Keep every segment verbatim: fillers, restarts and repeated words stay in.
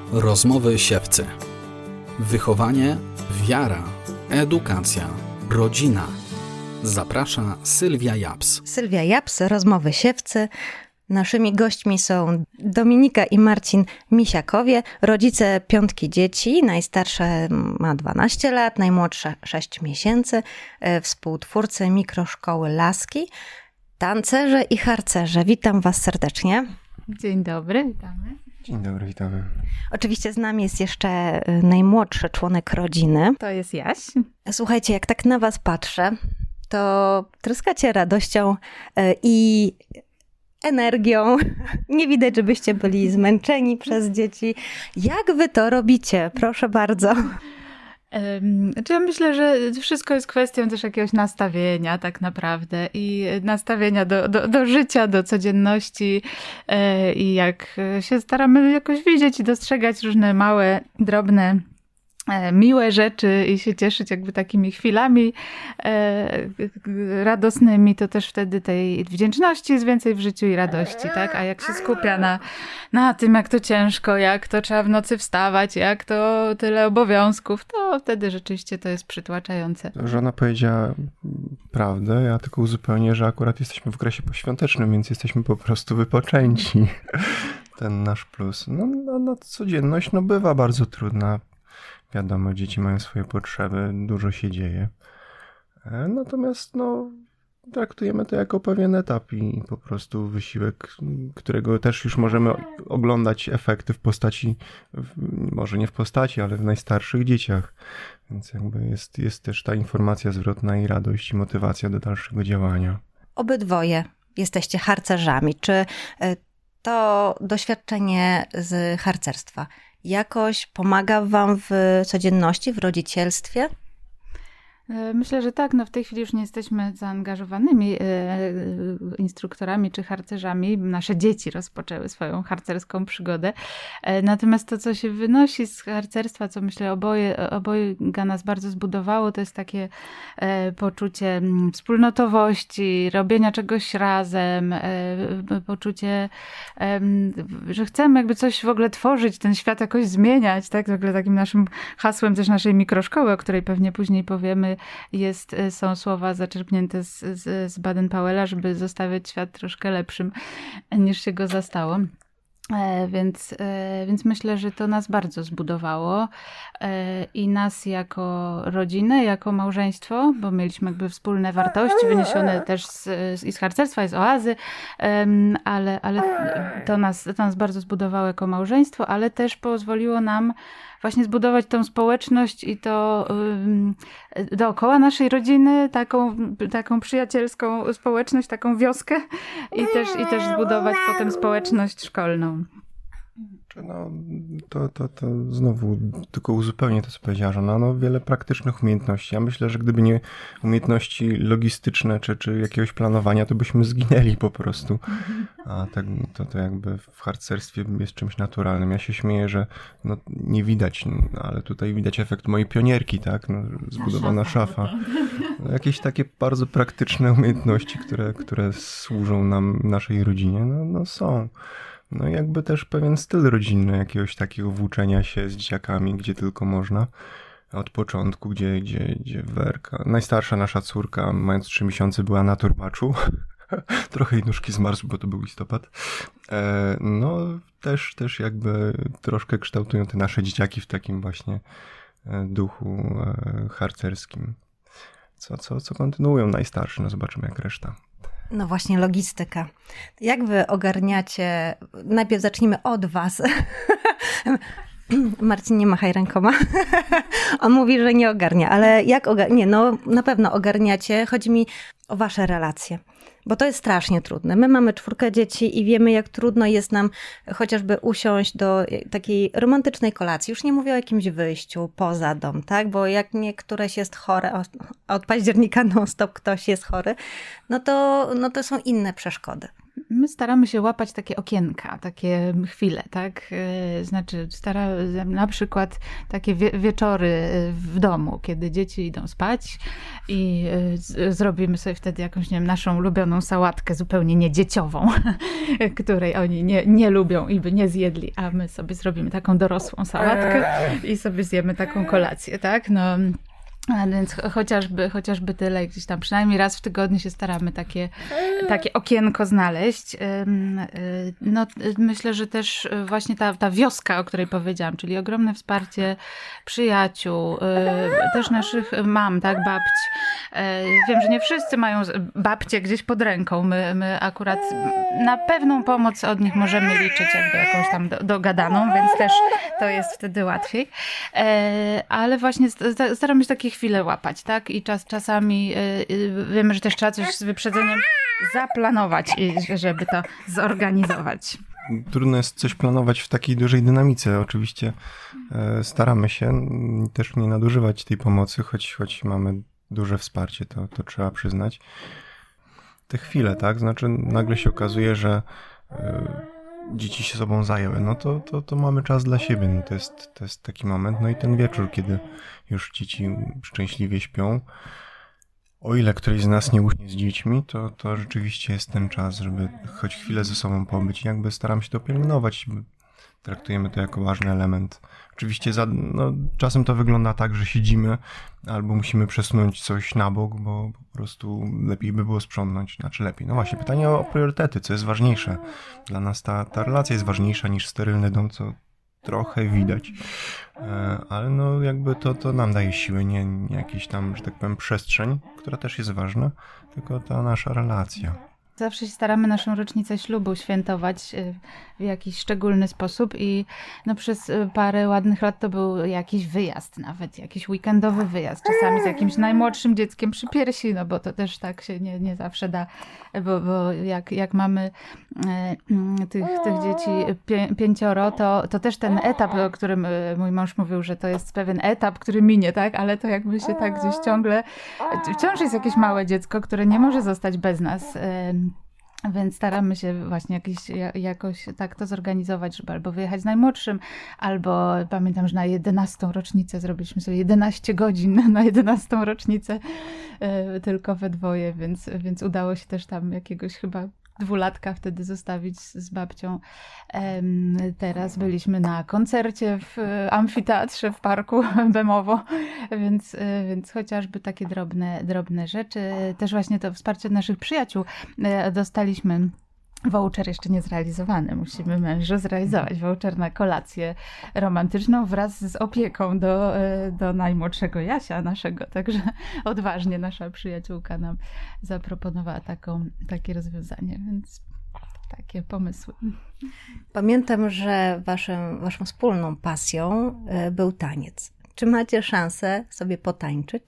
Rozmowy siewcy. Wychowanie, wiara, edukacja, rodzina. Zaprasza Sylwia Japs. Sylwia Japs, Rozmowy siewcy. Naszymi gośćmi są Dominika i Marcin Misiakowie, rodzice piątki dzieci. Najstarsze ma dwanaście lat, najmłodsze sześć miesięcy, współtwórcy mikroszkoły Laski, tancerze i harcerze. Witam was serdecznie. Dzień dobry, witamy. Dzień dobry, witamy. Oczywiście z nami jest jeszcze najmłodszy członek rodziny. To jest Jaś. Słuchajcie, jak tak na was patrzę, to tryskacie radością i energią. Nie widać, żebyście byli zmęczeni przez dzieci. Jak wy to robicie? Proszę bardzo. Znaczy ja myślę, że wszystko jest kwestią też jakiegoś nastawienia tak naprawdę i nastawienia do, do, do życia, do codzienności i jak się staramy jakoś widzieć i dostrzegać różne małe, drobne, miłe rzeczy i się cieszyć jakby takimi chwilami e, radosnymi, to też wtedy tej wdzięczności jest więcej w życiu i radości, tak? A jak się skupia na, na tym, jak to ciężko, jak to trzeba w nocy wstawać, jak to tyle obowiązków, to wtedy rzeczywiście to jest przytłaczające. Żona powiedziała prawdę, ja tylko uzupełnię, że akurat jesteśmy w okresie poświątecznym, więc jesteśmy po prostu wypoczęci. Ten nasz plus. No, no, no codzienność no, bywa bardzo trudna. Wiadomo, dzieci mają swoje potrzeby, dużo się dzieje. Natomiast no, traktujemy to jako pewien etap i po prostu wysiłek, którego też już możemy oglądać efekty w postaci, może nie w postaci, ale w najstarszych dzieciach. Więc jakby jest, jest też ta informacja zwrotna i radość i motywacja do dalszego działania. Obydwoje jesteście harcerzami. Czy to doświadczenie z harcerstwa jakoś pomaga wam w codzienności, w rodzicielstwie? Myślę, że tak. No w tej chwili już nie jesteśmy zaangażowanymi instruktorami czy harcerzami. Nasze dzieci rozpoczęły swoją harcerską przygodę. Natomiast to, co się wynosi z harcerstwa, co myślę oboje, obojga nas bardzo zbudowało, to jest takie poczucie wspólnotowości, robienia czegoś razem, poczucie, że chcemy jakby coś w ogóle tworzyć, ten świat jakoś zmieniać. Tak? W ogóle takim naszym hasłem też naszej mikroszkoły, o której pewnie później powiemy, Jest, są słowa zaczerpnięte z, z, z Baden-Powella, żeby zostawiać świat troszkę lepszym niż się go zastało. E, więc, e, więc myślę, że to nas bardzo zbudowało e, i nas jako rodzinę, jako małżeństwo, bo mieliśmy jakby wspólne wartości wyniesione też z, z, i z harcerstwa, i z oazy, e, ale, ale to, nas, to nas bardzo zbudowało jako małżeństwo, ale też pozwoliło nam właśnie zbudować tą społeczność i to y, dookoła naszej rodziny, taką, taką przyjacielską społeczność, taką wioskę i też, i też zbudować potem społeczność szkolną. No, to, to, to znowu tylko uzupełnię to, co powiedziała żona. No, wiele praktycznych umiejętności. Ja myślę, że gdyby nie umiejętności logistyczne czy, czy jakiegoś planowania, to byśmy zginęli po prostu. A tak, to, to jakby w harcerstwie jest czymś naturalnym. Ja się śmieję, że no, nie widać, no, ale tutaj widać efekt mojej pionierki, tak? No, zbudowana szafa. No, jakieś takie bardzo praktyczne umiejętności, które, które służą nam, naszej rodzinie, no, no są. No i jakby też pewien styl rodzinny, jakiegoś takiego włóczenia się z dzieciakami, gdzie tylko można. Od początku, gdzie, gdzie, gdzie Werka, najstarsza nasza córka, mając trzy miesiące, była na turbaczu. Trochę jej nóżki zmarzły, bo to był listopad. E, no też, też jakby troszkę kształtują te nasze dzieciaki w takim właśnie duchu e, harcerskim. Co, co, co kontynuują najstarszy, no zobaczymy jak reszta. No właśnie, logistyka. Jak wy ogarniacie, najpierw zacznijmy od was. Marcin nie machaj rękoma. On mówi, że nie ogarnia, ale jak ogarnia? Nie, no na pewno ogarniacie. Chodzi mi o wasze relacje, bo to jest strasznie trudne. My mamy czwórkę dzieci i wiemy, jak trudno jest nam chociażby usiąść do takiej romantycznej kolacji. Już nie mówię o jakimś wyjściu poza dom, tak? Bo jak niektóreś jest chore, od października non stop ktoś jest chory, no to, no to są inne przeszkody. My staramy się łapać takie okienka, takie chwile, tak? Znaczy, stara, na przykład takie wie, wieczory w domu, kiedy dzieci idą spać i zrobimy sobie wtedy jakąś, nie wiem, naszą ulubioną sałatkę, zupełnie niedzieciową, której oni nie, nie lubią i by nie zjedli, a my sobie zrobimy taką dorosłą sałatkę i sobie zjemy taką kolację, tak? No. A więc chociażby, chociażby tyle, gdzieś tam przynajmniej raz w tygodniu się staramy takie, takie okienko znaleźć. No, myślę, że też właśnie ta, ta wioska, o której powiedziałam, czyli ogromne wsparcie przyjaciół, też naszych mam, tak, babć. Wiem, że nie wszyscy mają babcie gdzieś pod ręką. My, my akurat na pewną pomoc od nich możemy liczyć, jakby jakąś tam do, dogadaną, więc też to jest wtedy łatwiej. Ale właśnie staramy się takich chwilę łapać, tak? I czas, czasami yy, wiemy, że też trzeba coś z wyprzedzeniem zaplanować, żeby to zorganizować. Trudno jest coś planować w takiej dużej dynamice. Oczywiście e, staramy się też nie nadużywać tej pomocy, choć, choć mamy duże wsparcie, to, to trzeba przyznać. Te chwile, tak? Znaczy nagle się okazuje, że e, dzieci się sobą zajęły, no to, to, to mamy czas dla siebie. No to jest, to jest taki moment. No i ten wieczór, kiedy już dzieci szczęśliwie śpią. O ile któryś z nas nie uśnie z dziećmi, to, to rzeczywiście jest ten czas, żeby choć chwilę ze sobą pobyć. Jakby staram się to pielęgnować. Traktujemy to jako ważny element. Oczywiście za, no, czasem to wygląda tak, że siedzimy albo musimy przesunąć coś na bok, bo po prostu lepiej by było sprzątnąć. Znaczy lepiej. No właśnie, pytanie o priorytety, co jest ważniejsze. Dla nas ta, ta relacja jest ważniejsza niż sterylny dom, co trochę widać. Ale no jakby to, to nam daje siłę, nie, nie jakiś tam, że tak powiem, przestrzeń, która też jest ważna, tylko ta nasza relacja. Zawsze się staramy naszą rocznicę ślubu świętować w jakiś szczególny sposób i no przez parę ładnych lat to był jakiś wyjazd nawet, jakiś weekendowy wyjazd, czasami z jakimś najmłodszym dzieckiem przy piersi, no bo to też tak się nie, nie zawsze da, bo, bo jak, jak mamy e, tych, tych dzieci pię, pięcioro, to, to też ten etap, o którym mój mąż mówił, że to jest pewien etap, który minie, tak, ale to jakby się tak gdzieś ciągle, wciąż jest jakieś małe dziecko, które nie może zostać bez nas. E, Więc staramy się właśnie jakiś, jakoś tak to zorganizować, żeby albo wyjechać z najmłodszym, albo pamiętam, że na jedenastą rocznicę zrobiliśmy sobie jedenaście godzin na jedenastą rocznicę tylko we dwoje, więc, więc udało się też tam jakiegoś chyba dwulatka wtedy zostawić z babcią. Teraz byliśmy na koncercie w amfiteatrze w parku Bemowo, więc, więc chociażby takie drobne, drobne rzeczy. Też właśnie to wsparcie od naszych przyjaciół dostaliśmy. Voucher jeszcze nie zrealizowany. Musimy mężu zrealizować voucher na kolację romantyczną wraz z opieką do, do najmłodszego Jasia naszego. Także odważnie nasza przyjaciółka nam zaproponowała taką, takie rozwiązanie, więc takie pomysły. Pamiętam, że waszym, waszą wspólną pasją był taniec. Czy macie szansę sobie potańczyć?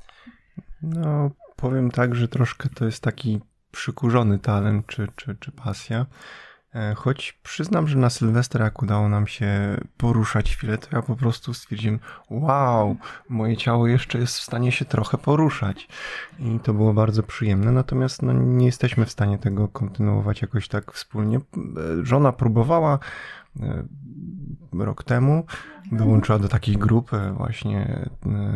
No, powiem tak, że troszkę to jest taki przykurzony talent czy, czy, czy pasja. Choć przyznam, że na Sylwestra, jak udało nam się poruszać chwilę, to ja po prostu stwierdziłem, wow, moje ciało jeszcze jest w stanie się trochę poruszać. I to było bardzo przyjemne, natomiast no, nie jesteśmy w stanie tego kontynuować jakoś tak wspólnie. Żona próbowała rok temu, dołączyła do takiej grupy właśnie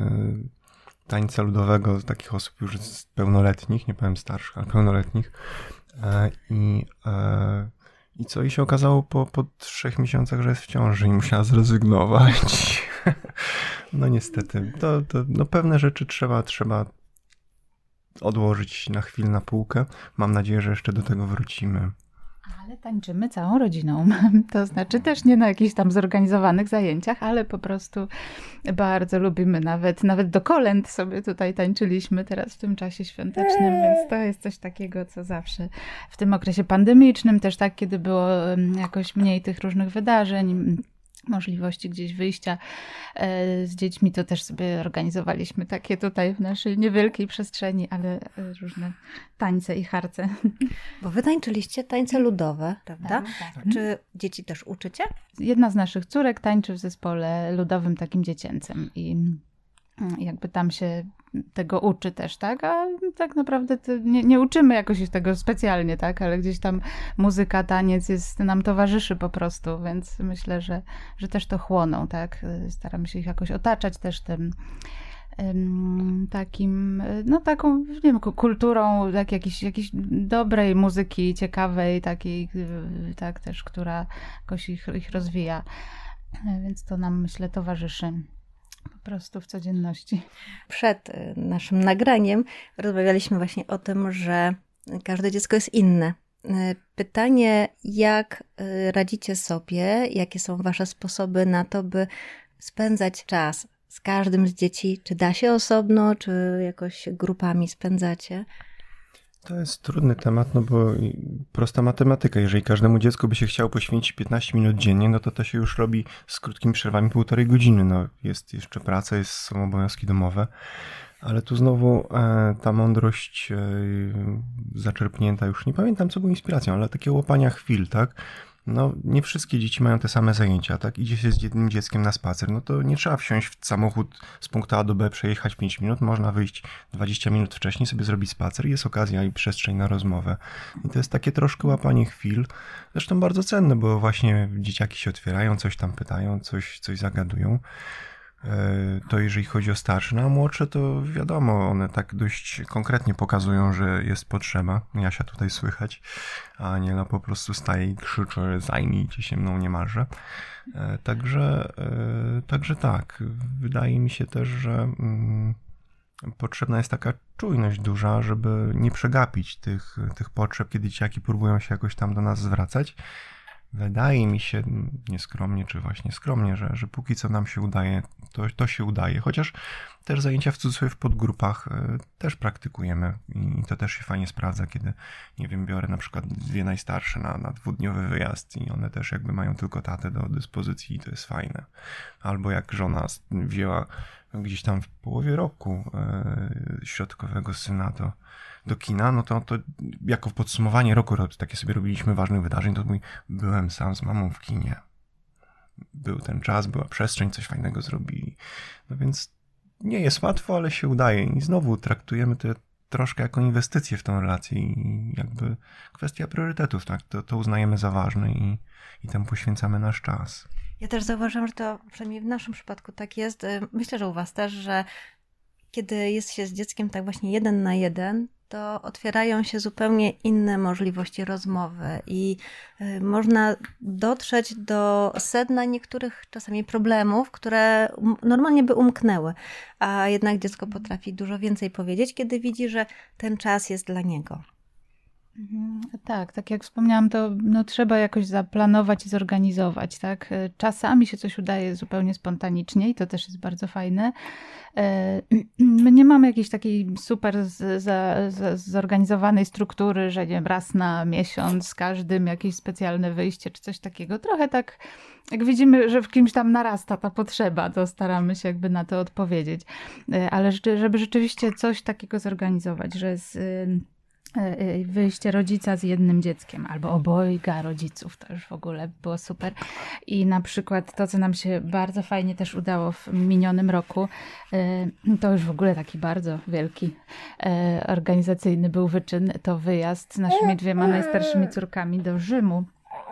tańca ludowego, takich osób już pełnoletnich, nie powiem starszych, ale pełnoletnich. I, i co? I się okazało po, po trzech miesiącach, że jest w ciąży i musiała zrezygnować. No niestety, to, to, no pewne rzeczy trzeba, trzeba odłożyć na chwilę na półkę. Mam nadzieję, że jeszcze do tego wrócimy. Ale tańczymy całą rodziną. To znaczy też nie na jakichś tam zorganizowanych zajęciach, ale po prostu bardzo lubimy. Nawet, nawet do kolęd sobie tutaj tańczyliśmy teraz w tym czasie świątecznym, więc to jest coś takiego, co zawsze w tym okresie pandemicznym, też tak, kiedy było jakoś mniej tych różnych wydarzeń, możliwości gdzieś wyjścia z dziećmi, to też sobie organizowaliśmy takie tutaj w naszej niewielkiej przestrzeni, ale różne tańce i harce. Bo wy tańczyliście tańce ludowe, prawda? Tak, tak. Czy dzieci też uczycie? Jedna z naszych córek tańczy w zespole ludowym takim dziecięcym i jakby tam się tego uczy też, tak? A tak naprawdę nie, nie uczymy jakoś tego specjalnie, tak? Ale gdzieś tam muzyka, taniec jest, nam towarzyszy po prostu, więc myślę, że, że też to chłoną, tak? Staramy się ich jakoś otaczać też tym takim, no taką, nie wiem, kulturą tak, jakiejś, jakiejś dobrej muzyki, ciekawej, takiej, tak też, która jakoś ich, ich rozwija. Więc to nam, myślę, towarzyszy po prostu w codzienności. Przed naszym nagraniem rozmawialiśmy właśnie o tym, że każde dziecko jest inne. Pytanie, jak radzicie sobie, jakie są wasze sposoby na to, by spędzać czas z każdym z dzieci? Czy da się osobno, czy jakoś grupami spędzacie? To jest trudny temat, no bo prosta matematyka. Jeżeli każdemu dziecku by się chciało poświęcić piętnaście minut dziennie, no to to się już robi z krótkimi przerwami półtorej godziny. No jest jeszcze praca, jest, są obowiązki domowe, ale tu znowu e, ta mądrość e, zaczerpnięta, już nie pamiętam co było inspiracją, ale takie łapania chwil, tak? No nie wszystkie dzieci mają te same zajęcia, tak? Idzie się z jednym dzieckiem na spacer, no to nie trzeba wsiąść w samochód z punktu A do B, przejechać pięć minut, można wyjść dwadzieścia minut wcześniej, sobie zrobić spacer i jest okazja i przestrzeń na rozmowę. I to jest takie troszkę łapanie chwil, zresztą bardzo cenne, bo właśnie dzieciaki się otwierają, coś tam pytają, coś, coś zagadują. To jeżeli chodzi o starsze, no a młodsze to wiadomo, one tak dość konkretnie pokazują, że jest potrzeba. Jasia tutaj słychać, a Aniela po prostu staje i krzyczy, zajmijcie się mną niemalże. Także, także tak, wydaje mi się też, że potrzebna jest taka czujność duża, żeby nie przegapić tych, tych potrzeb, kiedy dzieciaki próbują się jakoś tam do nas zwracać. Wydaje mi się, nieskromnie czy właśnie skromnie, że, że póki co nam się udaje, to, to się udaje. Chociaż też zajęcia w cudzysłowie w podgrupach y, też praktykujemy i to też się fajnie sprawdza, kiedy, nie wiem, biorę na przykład dwie najstarsze na, na dwudniowy wyjazd i one też jakby mają tylko tatę do dyspozycji i to jest fajne. Albo jak żona wzięła gdzieś tam w połowie roku y, środkowego syna do do kina, no to, to jako podsumowanie roku, takie sobie robiliśmy ważnych wydarzeń, to mój, byłem sam z mamą w kinie. Był ten czas, była przestrzeń, coś fajnego zrobili. No więc nie jest łatwo, ale się udaje i znowu traktujemy to troszkę jako inwestycje w tą relację i jakby kwestia priorytetów, tak? To, to uznajemy za ważne i, i temu poświęcamy nasz czas. Ja też zauważyłam, że to przynajmniej w naszym przypadku tak jest. Myślę, że u was też, że kiedy jest się z dzieckiem tak właśnie jeden na jeden, to otwierają się zupełnie inne możliwości rozmowy i y, można dotrzeć do sedna niektórych czasami problemów, które um, normalnie by umknęły, a jednak dziecko potrafi dużo więcej powiedzieć, kiedy widzi, że ten czas jest dla niego. Tak, tak jak wspomniałam, to no, trzeba jakoś zaplanować i zorganizować, tak? Czasami się coś udaje zupełnie spontanicznie i to też jest bardzo fajne. My nie mamy jakiejś takiej super z, za, z, zorganizowanej struktury, że nie wiem, raz na miesiąc z każdym jakieś specjalne wyjście czy coś takiego. Trochę tak, jak widzimy, że w kimś tam narasta ta potrzeba, to staramy się jakby na to odpowiedzieć. Ale żeby rzeczywiście coś takiego zorganizować, że z wyjście rodzica z jednym dzieckiem albo obojga rodziców, to już w ogóle było super. I na przykład to, co nam się bardzo fajnie też udało w minionym roku, to już w ogóle taki bardzo wielki organizacyjny był wyczyn, to wyjazd z naszymi dwiema najstarszymi córkami do Rzymu.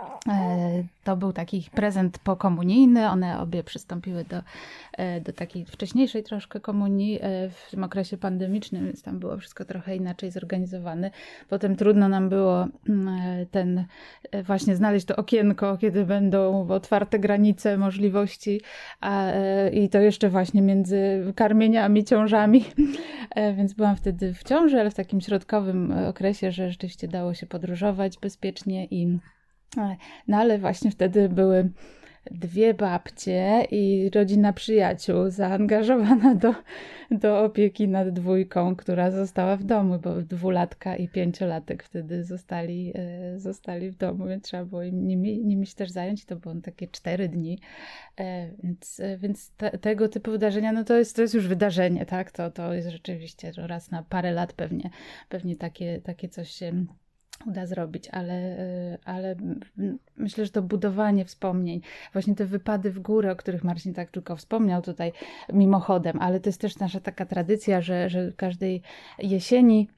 To był taki prezent pokomunijny, one obie przystąpiły do, do takiej wcześniejszej troszkę komunii w tym okresie pandemicznym, więc tam było wszystko trochę inaczej zorganizowane. Potem trudno nam było ten właśnie znaleźć to okienko, kiedy będą otwarte granice możliwości a, i to jeszcze właśnie między karmieniami, ciążami, więc byłam wtedy w ciąży, ale w takim środkowym okresie, że rzeczywiście dało się podróżować bezpiecznie i no ale właśnie wtedy były dwie babcie i rodzina przyjaciół zaangażowana do, do opieki nad dwójką, która została w domu, bo dwulatka i pięciolatek wtedy zostali, zostali w domu, więc trzeba było im, nimi, nimi się też zająć. To było takie cztery dni, więc, więc te, tego typu wydarzenia, no to jest, to jest już wydarzenie, tak? To, to jest rzeczywiście raz na parę lat pewnie, pewnie takie, takie coś się uda zrobić, ale, ale myślę, że to budowanie wspomnień, właśnie te wypady w górę, o których Marcin tak tylko wspomniał tutaj mimochodem, ale to jest też nasza taka tradycja, że, że każdej jesieni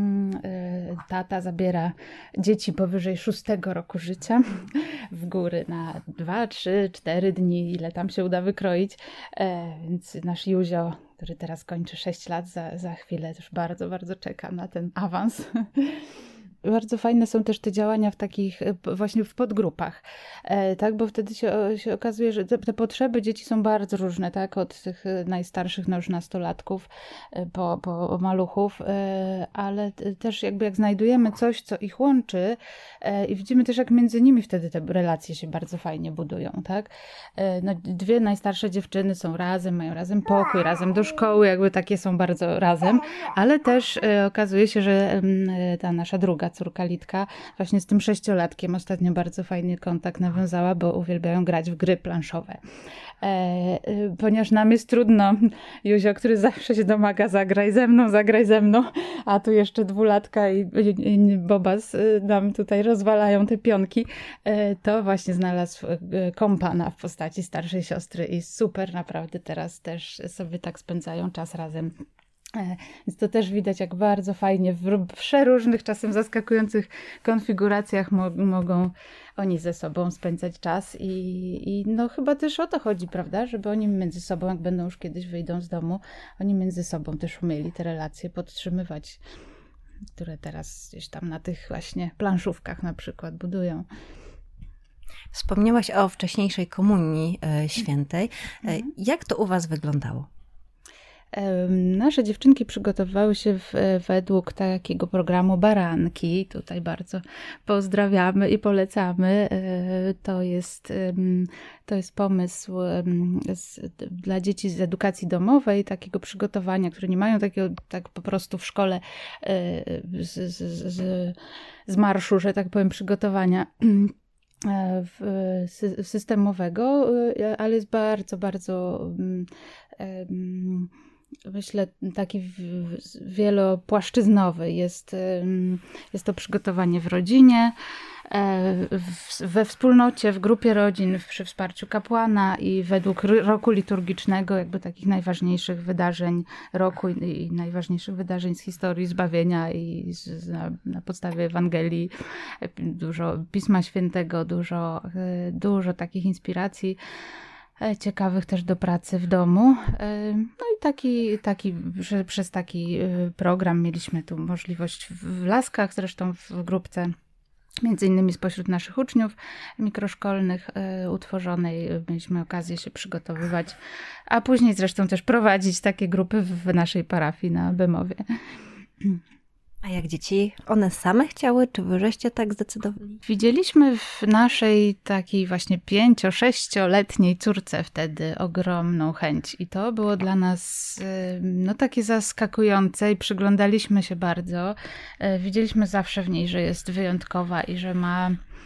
tata zabiera dzieci powyżej szóstego roku życia w góry na dwa, trzy, cztery dni, ile tam się uda wykroić, więc nasz Józio, który teraz kończy sześć lat, za, za chwilę też bardzo, bardzo czeka na ten awans. Bardzo fajne są też te działania w takich właśnie w podgrupach, e, tak, bo wtedy się, się okazuje, że te, te potrzeby dzieci są bardzo różne, tak, od tych najstarszych, no już nastolatków e, po, po maluchów, e, ale też jakby jak znajdujemy coś, co ich łączy e, i widzimy też, jak między nimi wtedy te relacje się bardzo fajnie budują, tak. E, no, dwie najstarsze dziewczyny są razem, mają razem pokój, razem do szkoły, jakby takie są bardzo razem, ale też e, okazuje się, że e, ta nasza druga córka Litka właśnie z tym sześciolatkiem ostatnio bardzo fajny kontakt nawiązała, bo uwielbiają grać w gry planszowe. E, e, ponieważ nam jest trudno, Józio, który zawsze się domaga, zagraj ze mną, zagraj ze mną, a tu jeszcze dwulatka i, i, i Bobas nam tutaj rozwalają te pionki, e, to właśnie znalazł kompana w postaci starszej siostry i super, naprawdę teraz też sobie tak spędzają czas razem. Więc to też widać, jak bardzo fajnie w przeróżnych, czasem zaskakujących konfiguracjach mo- mogą oni ze sobą spędzać czas i, i no chyba też o to chodzi, prawda, żeby oni między sobą, jak będą już kiedyś wyjdą z domu, oni między sobą też umieli te relacje podtrzymywać, które teraz gdzieś tam na tych właśnie planszówkach na przykład budują. Wspomniałaś o wcześniejszej komunii e, świętej. E, jak to u was wyglądało? Nasze dziewczynki przygotowywały się w, według takiego programu Baranki. Tutaj bardzo pozdrawiamy i polecamy. To jest, to jest pomysł z, dla dzieci z edukacji domowej, takiego przygotowania, które nie mają takiego tak po prostu w szkole z, z, z, z marszu, że tak powiem, przygotowania systemowego, ale jest bardzo, bardzo myślę, taki wielopłaszczyznowy. Jest, jest to przygotowanie w rodzinie, we wspólnocie, w grupie rodzin, przy wsparciu kapłana i według roku liturgicznego, jakby takich najważniejszych wydarzeń roku i, i najważniejszych wydarzeń z historii zbawienia i z, na, na podstawie Ewangelii, dużo Pisma Świętego, dużo, dużo takich inspiracji ciekawych też do pracy w domu. No i taki, taki że przez taki program mieliśmy tu możliwość w Laskach, zresztą w grupce między innymi spośród naszych uczniów mikroszkolnych utworzonej mieliśmy okazję się przygotowywać, a później zresztą też prowadzić takie grupy w naszej parafii na Bemowie. A jak dzieci, one same chciały, czy wy żeście tak zdecydowali? Widzieliśmy w naszej takiej właśnie pięcio-, sześcioletniej córce wtedy ogromną chęć i to było dla nas no takie zaskakujące i przyglądaliśmy się bardzo. Widzieliśmy zawsze w niej, że jest wyjątkowa i że ma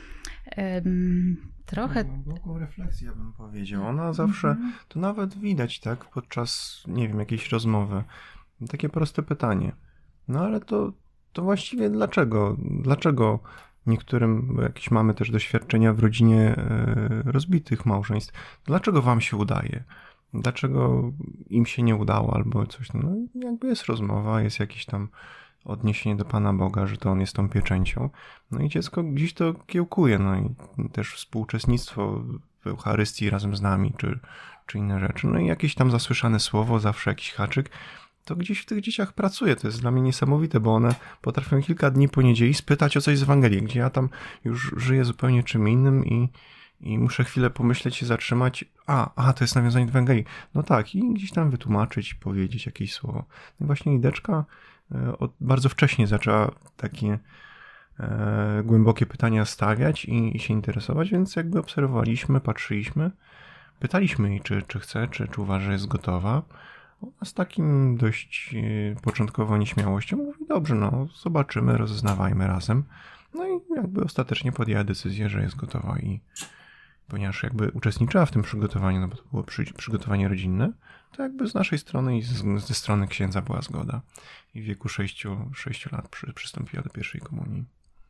um, trochę... Głęboką refleksję bym powiedział. Ona zawsze, mm-hmm. to nawet widać tak podczas, nie wiem, jakiejś rozmowy. Takie proste pytanie. No ale to, to właściwie dlaczego? Dlaczego niektórym, jakieś mamy też doświadczenia w rodzinie rozbitych małżeństw, dlaczego wam się udaje? Dlaczego im się nie udało albo coś? No jakby jest rozmowa, jest jakieś tam odniesienie do Pana Boga, że to On jest tą pieczęcią. No i dziecko gdzieś to kiełkuje, no i też współuczestnictwo w Eucharystii razem z nami, czy, czy inne rzeczy. No i jakieś tam zasłyszane słowo, zawsze jakiś haczyk. To gdzieś w tych dzieciach pracuje. To jest dla mnie niesamowite, bo one potrafią kilka dni po niedzieli spytać o coś z Ewangelii, gdzie ja tam już żyję zupełnie czym innym i, i muszę chwilę pomyśleć, się zatrzymać. A, a, to jest nawiązanie do Ewangelii. No tak, i gdzieś tam wytłumaczyć, powiedzieć jakieś słowo. No i właśnie Lideczka e, od, bardzo wcześnie zaczęła takie e, głębokie pytania stawiać i, i się interesować, więc jakby obserwowaliśmy, patrzyliśmy, pytaliśmy jej, czy, czy chce, czy, czy uważa, że jest gotowa. Ona z takim dość początkową nieśmiałością mówi, dobrze, no zobaczymy, rozeznawajmy razem. No i jakby ostatecznie podjęła decyzję, że jest gotowa i ponieważ jakby uczestniczyła w tym przygotowaniu, no bo to było przy, przygotowanie rodzinne, to jakby z naszej strony i z, ze strony księdza była zgoda. I w wieku sześciu lat przy, przystąpiła do pierwszej komunii.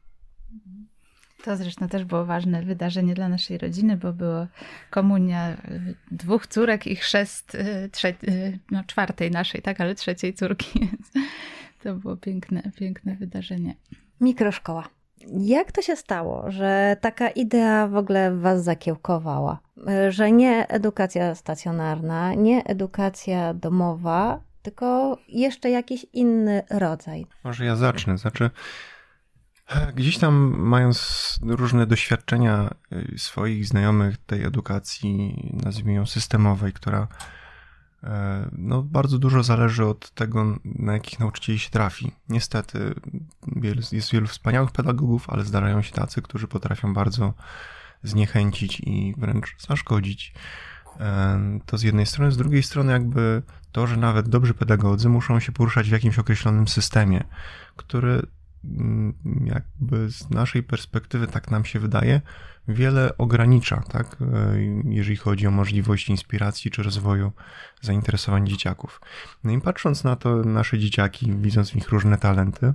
To zresztą też było ważne wydarzenie dla naszej rodziny, bo było komunia dwóch córek i chrzest trze- no, czwartej naszej, tak, ale trzeciej córki. Więc to było piękne, piękne wydarzenie. Mikroszkoła. Jak to się stało, że taka idea w ogóle w was zakiełkowała? Że nie edukacja stacjonarna, nie edukacja domowa, tylko jeszcze jakiś inny rodzaj? Może ja zacznę. Znaczy, gdzieś tam mając różne doświadczenia swoich znajomych tej edukacji, nazwijmy ją systemowej, która no, bardzo dużo zależy od tego, na jakich nauczycieli się trafi. Niestety jest wielu wspaniałych pedagogów, ale zdarzają się tacy, którzy potrafią bardzo zniechęcić i wręcz zaszkodzić. To z jednej strony, z drugiej strony jakby to, że nawet dobrzy pedagodzy muszą się poruszać w jakimś określonym systemie, który jakby z naszej perspektywy, tak nam się wydaje, wiele ogranicza, tak, jeżeli chodzi o możliwości inspiracji czy rozwoju zainteresowań dzieciaków. No i patrząc na to, nasze dzieciaki, widząc w nich różne talenty,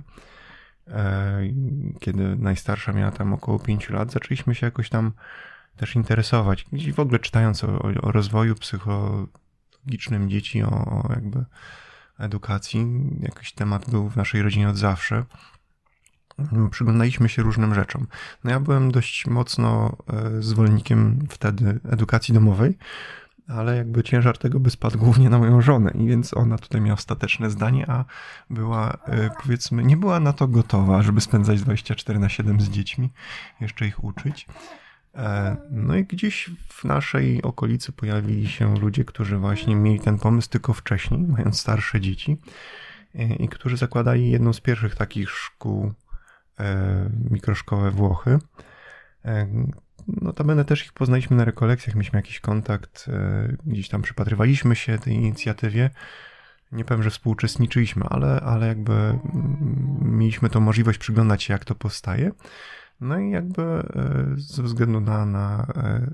kiedy najstarsza miała tam około pięciu lat, zaczęliśmy się jakoś tam też interesować. I w ogóle czytając o, o rozwoju psychologicznym dzieci, o, o jakby edukacji, jakiś temat był w naszej rodzinie od zawsze. Przyglądaliśmy się różnym rzeczom. No ja byłem dość mocno zwolennikiem wtedy edukacji domowej, ale jakby ciężar tego by spadł głównie na moją żonę i więc ona tutaj miała ostateczne zdanie, a była, powiedzmy, nie była na to gotowa, żeby spędzać dwadzieścia cztery na siedem z dziećmi, jeszcze ich uczyć. No i gdzieś w naszej okolicy pojawili się ludzie, którzy właśnie mieli ten pomysł tylko wcześniej, mając starsze dzieci i którzy zakładali jedną z pierwszych takich szkół, mikroszkołę Włochy. Notabene też ich poznaliśmy na rekolekcjach, mieliśmy jakiś kontakt, gdzieś tam przypatrywaliśmy się tej inicjatywie. Nie powiem, że współuczestniczyliśmy, ale, ale jakby mieliśmy tą możliwość przyglądać się, jak to powstaje. No i jakby ze względu na, na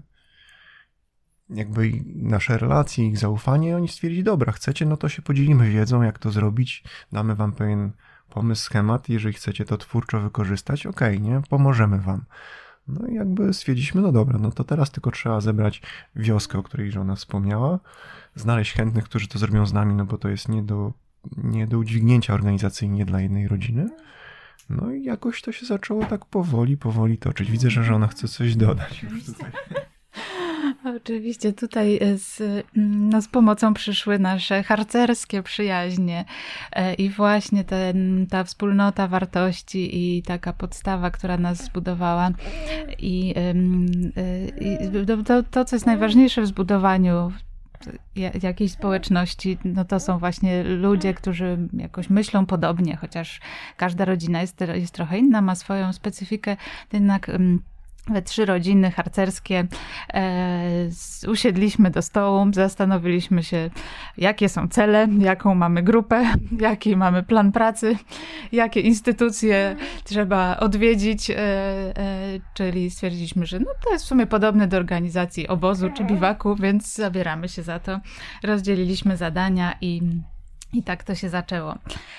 jakby nasze relacje, ich zaufanie, oni stwierdzili, dobra, chcecie, no to się podzielimy wiedzą, jak to zrobić, damy wam pewien pomysł, schemat, jeżeli chcecie to twórczo wykorzystać, okej, okay, nie, pomożemy wam. No i jakby stwierdziliśmy, no dobra, no to teraz tylko trzeba zebrać wioskę, o której żona wspomniała, znaleźć chętnych, którzy to zrobią z nami, no bo to jest nie do, nie do udźwignięcia organizacyjnie dla jednej rodziny. No i jakoś to się zaczęło tak powoli, powoli toczyć. Widzę, że żona chce coś dodać już tutaj. Oczywiście tutaj z, no, z pomocą przyszły nasze harcerskie przyjaźnie i właśnie ten, ta wspólnota wartości i taka podstawa, która nas zbudowała i, i to, to, co jest najważniejsze w zbudowaniu jakiejś społeczności, no to są właśnie ludzie, którzy jakoś myślą podobnie, chociaż każda rodzina jest, jest trochę inna, ma swoją specyfikę, jednak we trzy rodziny harcerskie e, usiedliśmy do stołu, zastanowiliśmy się, jakie są cele, jaką mamy grupę, jaki mamy plan pracy, jakie instytucje trzeba odwiedzić, e, e, czyli stwierdziliśmy, że no to jest w sumie podobne do organizacji obozu czy biwaku, więc zabieramy się za to. Rozdzieliliśmy zadania i I tak to się zaczęło.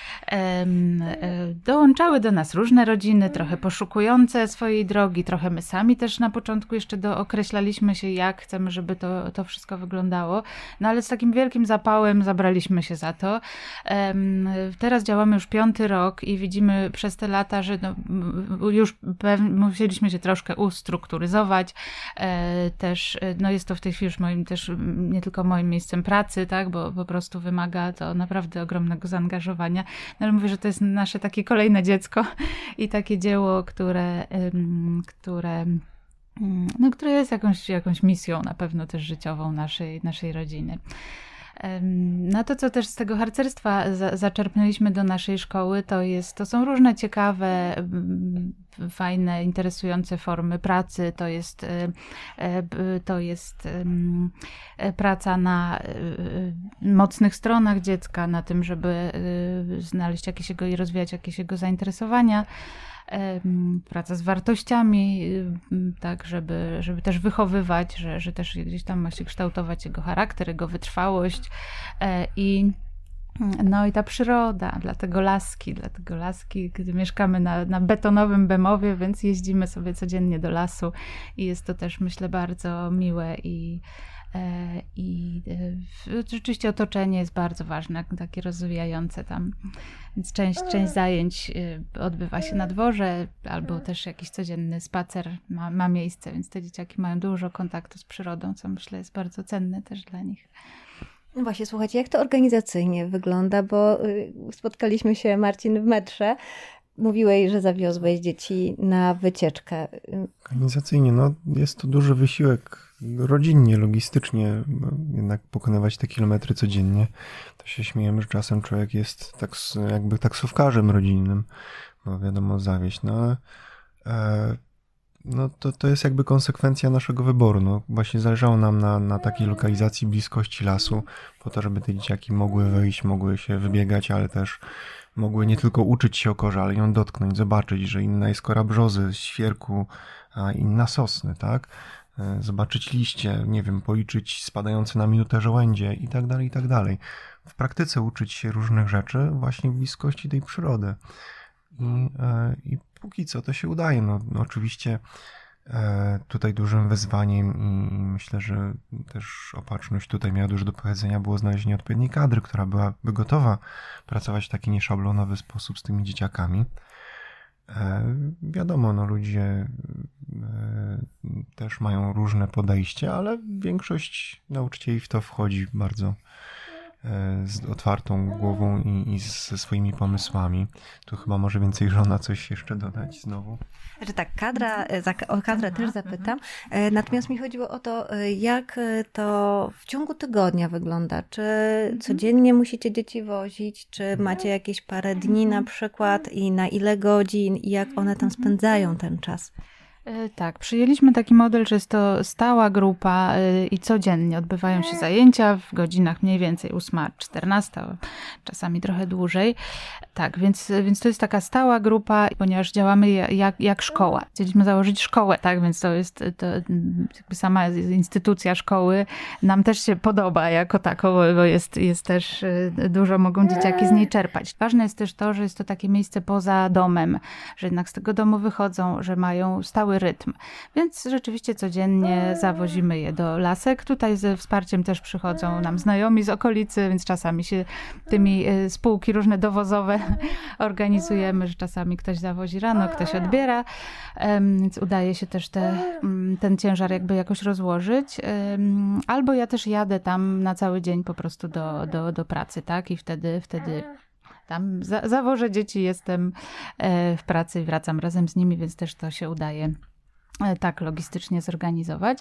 Dołączały do nas różne rodziny, trochę poszukujące swojej drogi, trochę my sami też na początku jeszcze dookreślaliśmy się, jak chcemy, żeby to, to wszystko wyglądało. No ale z takim wielkim zapałem zabraliśmy się za to. Teraz działamy już piąty rok i widzimy przez te lata, że no, już musieliśmy się troszkę ustrukturyzować. Też no jest to w tej chwili już moim, też nie tylko moim miejscem pracy, tak, bo po prostu wymaga to naprawdę naprawdę ogromnego zaangażowania. No ale mówię, że to jest nasze takie kolejne dziecko i takie dzieło, które, które, no, które jest jakąś, jakąś misją na pewno też życiową naszej, naszej rodziny. No to, co też z tego harcerstwa za, zaczerpnęliśmy do naszej szkoły, to jest, to są różne ciekawe, fajne, interesujące formy pracy. To jest, to jest praca na mocnych stronach dziecka, na tym, żeby znaleźć jakieś jego i rozwijać jakieś jego zainteresowania. Praca z wartościami, tak, żeby, żeby też wychowywać, że, że też gdzieś tam ma się kształtować jego charakter, jego wytrwałość i No i ta przyroda, dlatego laski, dlatego laski, gdy mieszkamy na, na betonowym Bemowie, więc jeździmy sobie codziennie do lasu i jest to też, myślę, bardzo miłe i, e, i e, rzeczywiście otoczenie jest bardzo ważne, takie rozwijające tam, więc część, część zajęć odbywa się na dworze, albo też jakiś codzienny spacer ma, ma miejsce, więc te dzieciaki mają dużo kontaktu z przyrodą, co myślę jest bardzo cenne też dla nich. No właśnie, słuchajcie, jak to organizacyjnie wygląda, bo spotkaliśmy się, Marcin, w metrze. Mówiłeś, że zawiozłeś dzieci na wycieczkę. Organizacyjnie, no jest to duży wysiłek rodzinnie, logistycznie, jednak pokonywać te kilometry codziennie. To się śmiejemy, że czasem człowiek jest taks, jakby taksówkarzem rodzinnym, bo wiadomo, zawieźć. No ale e, no to, to jest jakby konsekwencja naszego wyboru. No, właśnie zależało nam na, na takiej lokalizacji bliskości lasu, po to, żeby te dzieciaki mogły wyjść, mogły się wybiegać, ale też mogły nie tylko uczyć się o korze, ale ją dotknąć, zobaczyć, że inna jest kora brzozy, świerku, a inna sosny, tak? Zobaczyć liście, nie wiem, policzyć spadające na minutę żołędzie i tak dalej, i tak dalej. W praktyce uczyć się różnych rzeczy właśnie w bliskości tej przyrody. I, i póki co to się udaje. No, no oczywiście e, tutaj dużym wyzwaniem i, i myślę, że też Opatrzność tutaj miała dużo do powiedzenia, było znalezienie odpowiedniej kadry, która byłaby gotowa pracować w taki nieszablonowy sposób z tymi dzieciakami. E, wiadomo, no ludzie e, też mają różne podejście, ale większość nauczycieli w to wchodzi bardzo z otwartą głową i, i ze swoimi pomysłami. Tu chyba może więcej żona coś jeszcze dodać znowu. Że tak, kadra, o kadrę też zapytam. Natomiast mi chodziło o to, jak to w ciągu tygodnia wygląda. Czy codziennie musicie dzieci wozić, czy macie jakieś parę dni na przykład i na ile godzin i jak one tam spędzają ten czas? Tak, przyjęliśmy taki model, że jest to stała grupa i codziennie odbywają się zajęcia w godzinach mniej więcej ósma czternasta, czasami trochę dłużej. Tak, więc, więc to jest taka stała grupa, ponieważ działamy jak, jak szkoła. Chcieliśmy założyć szkołę, tak, więc to jest to jakby sama instytucja szkoły nam też się podoba jako taką, bo jest, jest też dużo, mogą dzieciaki z niej czerpać. Ważne jest też to, że jest to takie miejsce poza domem, że jednak z tego domu wychodzą, że mają stały rytm. Więc rzeczywiście codziennie zawozimy je do lasek. Tutaj ze wsparciem też przychodzą nam znajomi z okolicy, więc czasami się tymi spółki różne dowozowe organizujemy, że czasami ktoś zawozi rano, ktoś odbiera, więc udaje się też te, ten ciężar jakby jakoś rozłożyć. Albo ja też jadę tam na cały dzień po prostu do, do, do pracy, tak? I wtedy, wtedy tam za, zawożę dzieci, jestem w pracy i wracam razem z nimi, więc też to się udaje tak logistycznie zorganizować.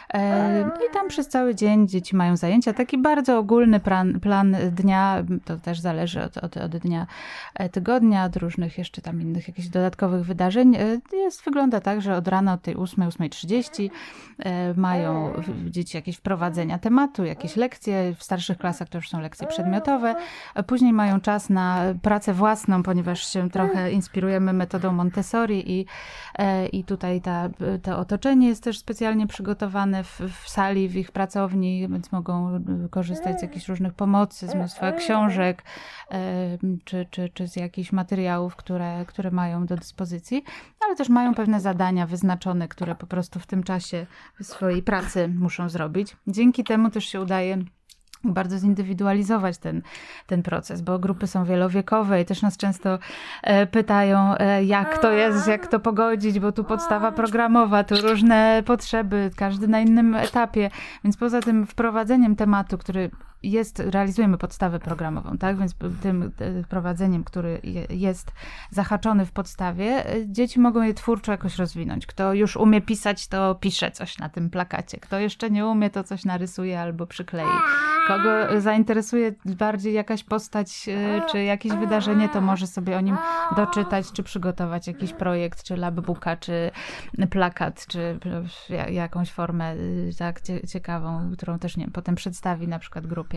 I tam przez cały dzień dzieci mają zajęcia. Taki bardzo ogólny plan, plan dnia, to też zależy od, od, od dnia tygodnia, od różnych jeszcze tam innych jakichś dodatkowych wydarzeń. Jest, wygląda tak, że od rana od tej ósmej, ósmej trzydzieści mają dzieci jakieś wprowadzenia tematu, jakieś lekcje. W starszych klasach to już są lekcje przedmiotowe. Później mają czas na pracę własną, ponieważ się trochę inspirujemy metodą Montessori i, i tutaj ta to otoczenie jest też specjalnie przygotowane w, w sali, w ich pracowni, więc mogą korzystać z jakichś różnych pomocy, z mnóstwa książek, czy, czy, czy z jakichś materiałów, które, które mają do dyspozycji, ale też mają pewne zadania wyznaczone, które po prostu w tym czasie swojej pracy muszą zrobić. Dzięki temu też się udaje bardzo zindywidualizować ten, ten proces, bo grupy są wielowiekowe i też nas często e, pytają, e, jak to jest, jak to pogodzić, bo tu podstawa programowa, tu różne potrzeby, każdy na innym etapie, więc poza tym wprowadzeniem tematu, który jest, realizujemy podstawę programową, tak, więc tym wprowadzeniem, który jest zahaczony w podstawie, dzieci mogą je twórczo jakoś rozwinąć. Kto już umie pisać, to pisze coś na tym plakacie. Kto jeszcze nie umie, to coś narysuje albo przyklei. Kogo zainteresuje bardziej jakaś postać, czy jakieś wydarzenie, to może sobie o nim doczytać, czy przygotować jakiś projekt, czy labbooka, czy plakat, czy jakąś formę tak ciekawą, którą też, nie wiem, potem przedstawi na przykład grupie.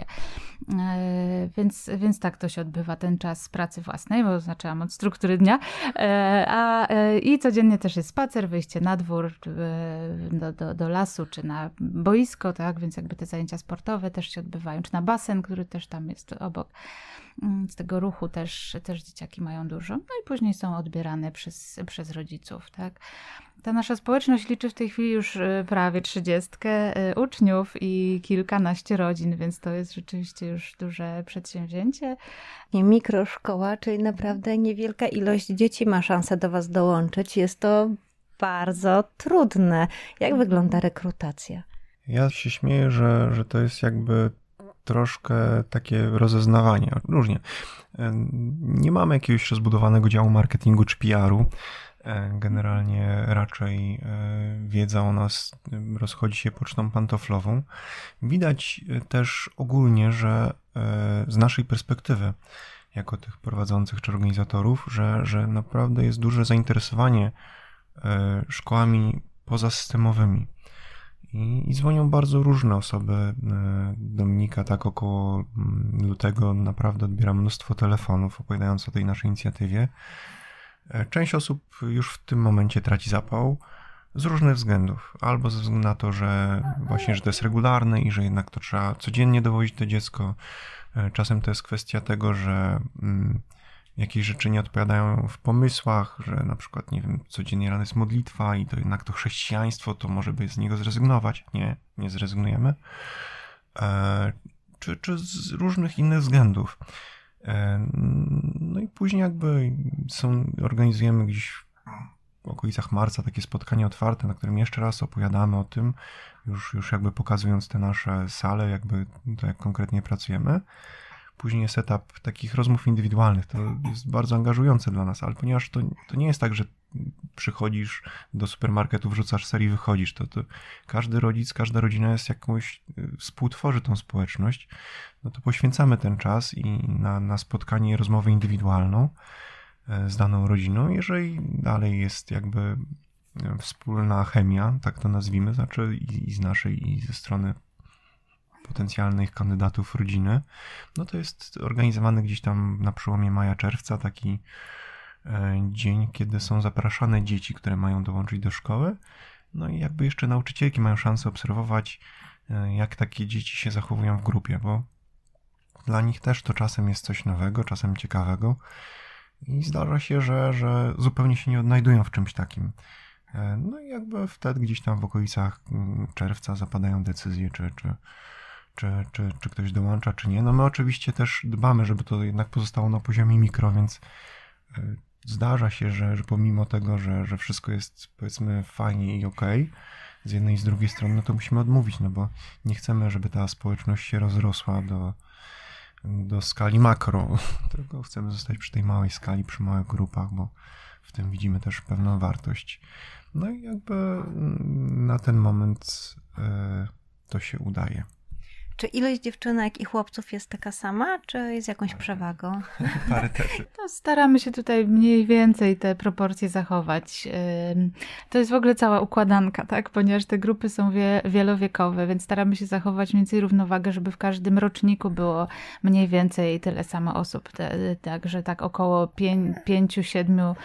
Więc, więc tak to się odbywa, ten czas pracy własnej, bo zaczęłam od struktury dnia. A, i codziennie też jest spacer, wyjście na dwór, do, do, do lasu, czy na boisko, tak, więc jakby te zajęcia sportowe też się odbywają, czy na basen, który też tam jest obok. z tego ruchu też, też dzieciaki mają dużo. No i później są odbierane przez, przez rodziców, tak. Ta nasza społeczność liczy w tej chwili już prawie trzydziestkę uczniów i kilkanaście rodzin, więc to jest rzeczywiście już duże przedsięwzięcie. Mikroszkoła, czyli naprawdę niewielka ilość dzieci ma szansę do was dołączyć. Jest to bardzo trudne. Jak wygląda rekrutacja? Ja się śmieję, że, że to jest jakby troszkę takie rozeznawanie. Różnie. Nie mamy jakiegoś rozbudowanego działu marketingu czy P R-u. Generalnie raczej wiedza o nas rozchodzi się pocztą pantoflową. Widać też ogólnie, że z naszej perspektywy, jako tych prowadzących czy organizatorów, że, że naprawdę jest duże zainteresowanie szkołami pozasystemowymi. I, I dzwonią bardzo różne osoby. Dominika tak około lutego naprawdę odbiera mnóstwo telefonów opowiadając o tej naszej inicjatywie. Część osób już w tym momencie traci zapał z różnych względów. Albo ze względu na to, że właśnie, że to jest regularne i że jednak to trzeba codziennie dowozić to dziecko. Czasem to jest kwestia tego, że jakieś rzeczy nie odpowiadają w pomysłach, że na przykład, nie wiem, codziennie rano jest modlitwa i to jednak to chrześcijaństwo, to może by z niego zrezygnować. Nie, nie zrezygnujemy. Czy, czy z różnych innych względów. No i później jakby są, organizujemy gdzieś w okolicach marca takie spotkanie otwarte, na którym jeszcze raz opowiadamy o tym, już, już jakby pokazując te nasze sale, jakby to jak konkretnie pracujemy. Później jest etap takich rozmów indywidualnych, to jest bardzo angażujące dla nas, ale ponieważ to, to nie jest tak, że przychodzisz do supermarketu, wrzucasz ser i wychodzisz, to, to każdy rodzic, każda rodzina jest jakąś, współtworzy tą społeczność, no to poświęcamy ten czas i na, na spotkanie, rozmowę indywidualną z daną rodziną, jeżeli dalej jest jakby wspólna chemia, tak to nazwijmy, znaczy i, i z naszej, i ze strony potencjalnych kandydatów rodziny, no to jest organizowany gdzieś tam na przełomie maja-czerwca taki dzień, kiedy są zapraszane dzieci, które mają dołączyć do szkoły, no i jakby jeszcze nauczycielki mają szansę obserwować, jak takie dzieci się zachowują w grupie, bo dla nich też to czasem jest coś nowego, czasem ciekawego i zdarza się, że, że zupełnie się nie odnajdują w czymś takim. No i jakby wtedy gdzieś tam w okolicach czerwca zapadają decyzje, czy, czy, czy, czy, czy ktoś dołącza, czy nie. No my oczywiście też dbamy, żeby to jednak pozostało na poziomie mikro, więc zdarza się, że, że pomimo tego, że, że wszystko jest powiedzmy fajnie i okej, z jednej i z drugiej strony, no to musimy odmówić, no bo nie chcemy, żeby ta społeczność się rozrosła do, do skali makro, tylko chcemy zostać przy tej małej skali, przy małych grupach, bo w tym widzimy też pewną wartość. No i jakby na ten moment y, to się udaje. Czy ilość dziewczynek i chłopców jest taka sama, czy jest jakąś przewagą? Parytety. No, staramy się tutaj mniej więcej te proporcje zachować. To jest w ogóle cała układanka, tak? Ponieważ te grupy są wie, wielowiekowe, więc staramy się zachować mniej więcej równowagę, żeby w każdym roczniku było mniej więcej tyle samo osób. Także tak około pięciu, siedmiu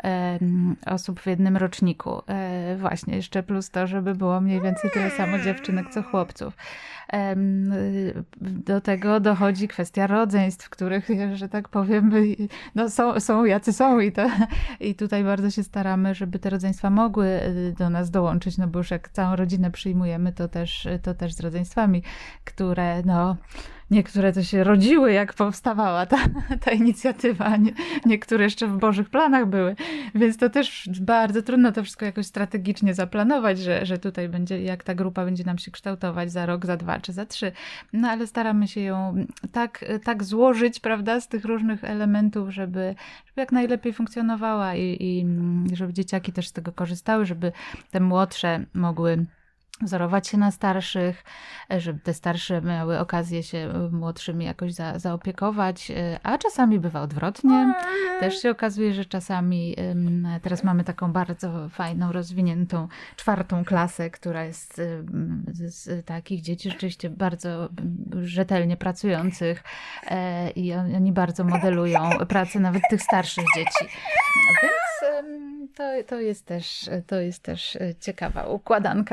osób w jednym roczniku. Właśnie, jeszcze plus to, żeby było mniej więcej tyle samo dziewczynek, co chłopców. Do tego dochodzi kwestia rodzeństw, których, że tak powiem, no są, są jacy są i, to, i tutaj bardzo się staramy, żeby te rodzeństwa mogły do nas dołączyć, no bo już jak całą rodzinę przyjmujemy, to też, to też z rodzeństwami, które no... Niektóre to się rodziły, jak powstawała ta, ta inicjatywa, nie, niektóre jeszcze w Bożych planach były, więc to też bardzo trudno to wszystko jakoś strategicznie zaplanować, że, że tutaj będzie, jak ta grupa będzie nam się kształtować za rok, za dwa czy za trzy, no ale staramy się ją tak, tak złożyć, prawda, z tych różnych elementów, żeby, żeby jak najlepiej funkcjonowała i, i żeby dzieciaki też z tego korzystały, żeby te młodsze mogły wzorować się na starszych, żeby te starsze miały okazję się młodszymi jakoś za, zaopiekować, a czasami bywa odwrotnie. Też się okazuje, że czasami teraz mamy taką bardzo fajną, rozwiniętą czwartą klasę, która jest z takich dzieci rzeczywiście bardzo rzetelnie pracujących i oni bardzo modelują pracę nawet tych starszych dzieci. Więc to, to, jest też, to jest też ciekawa układanka, jak to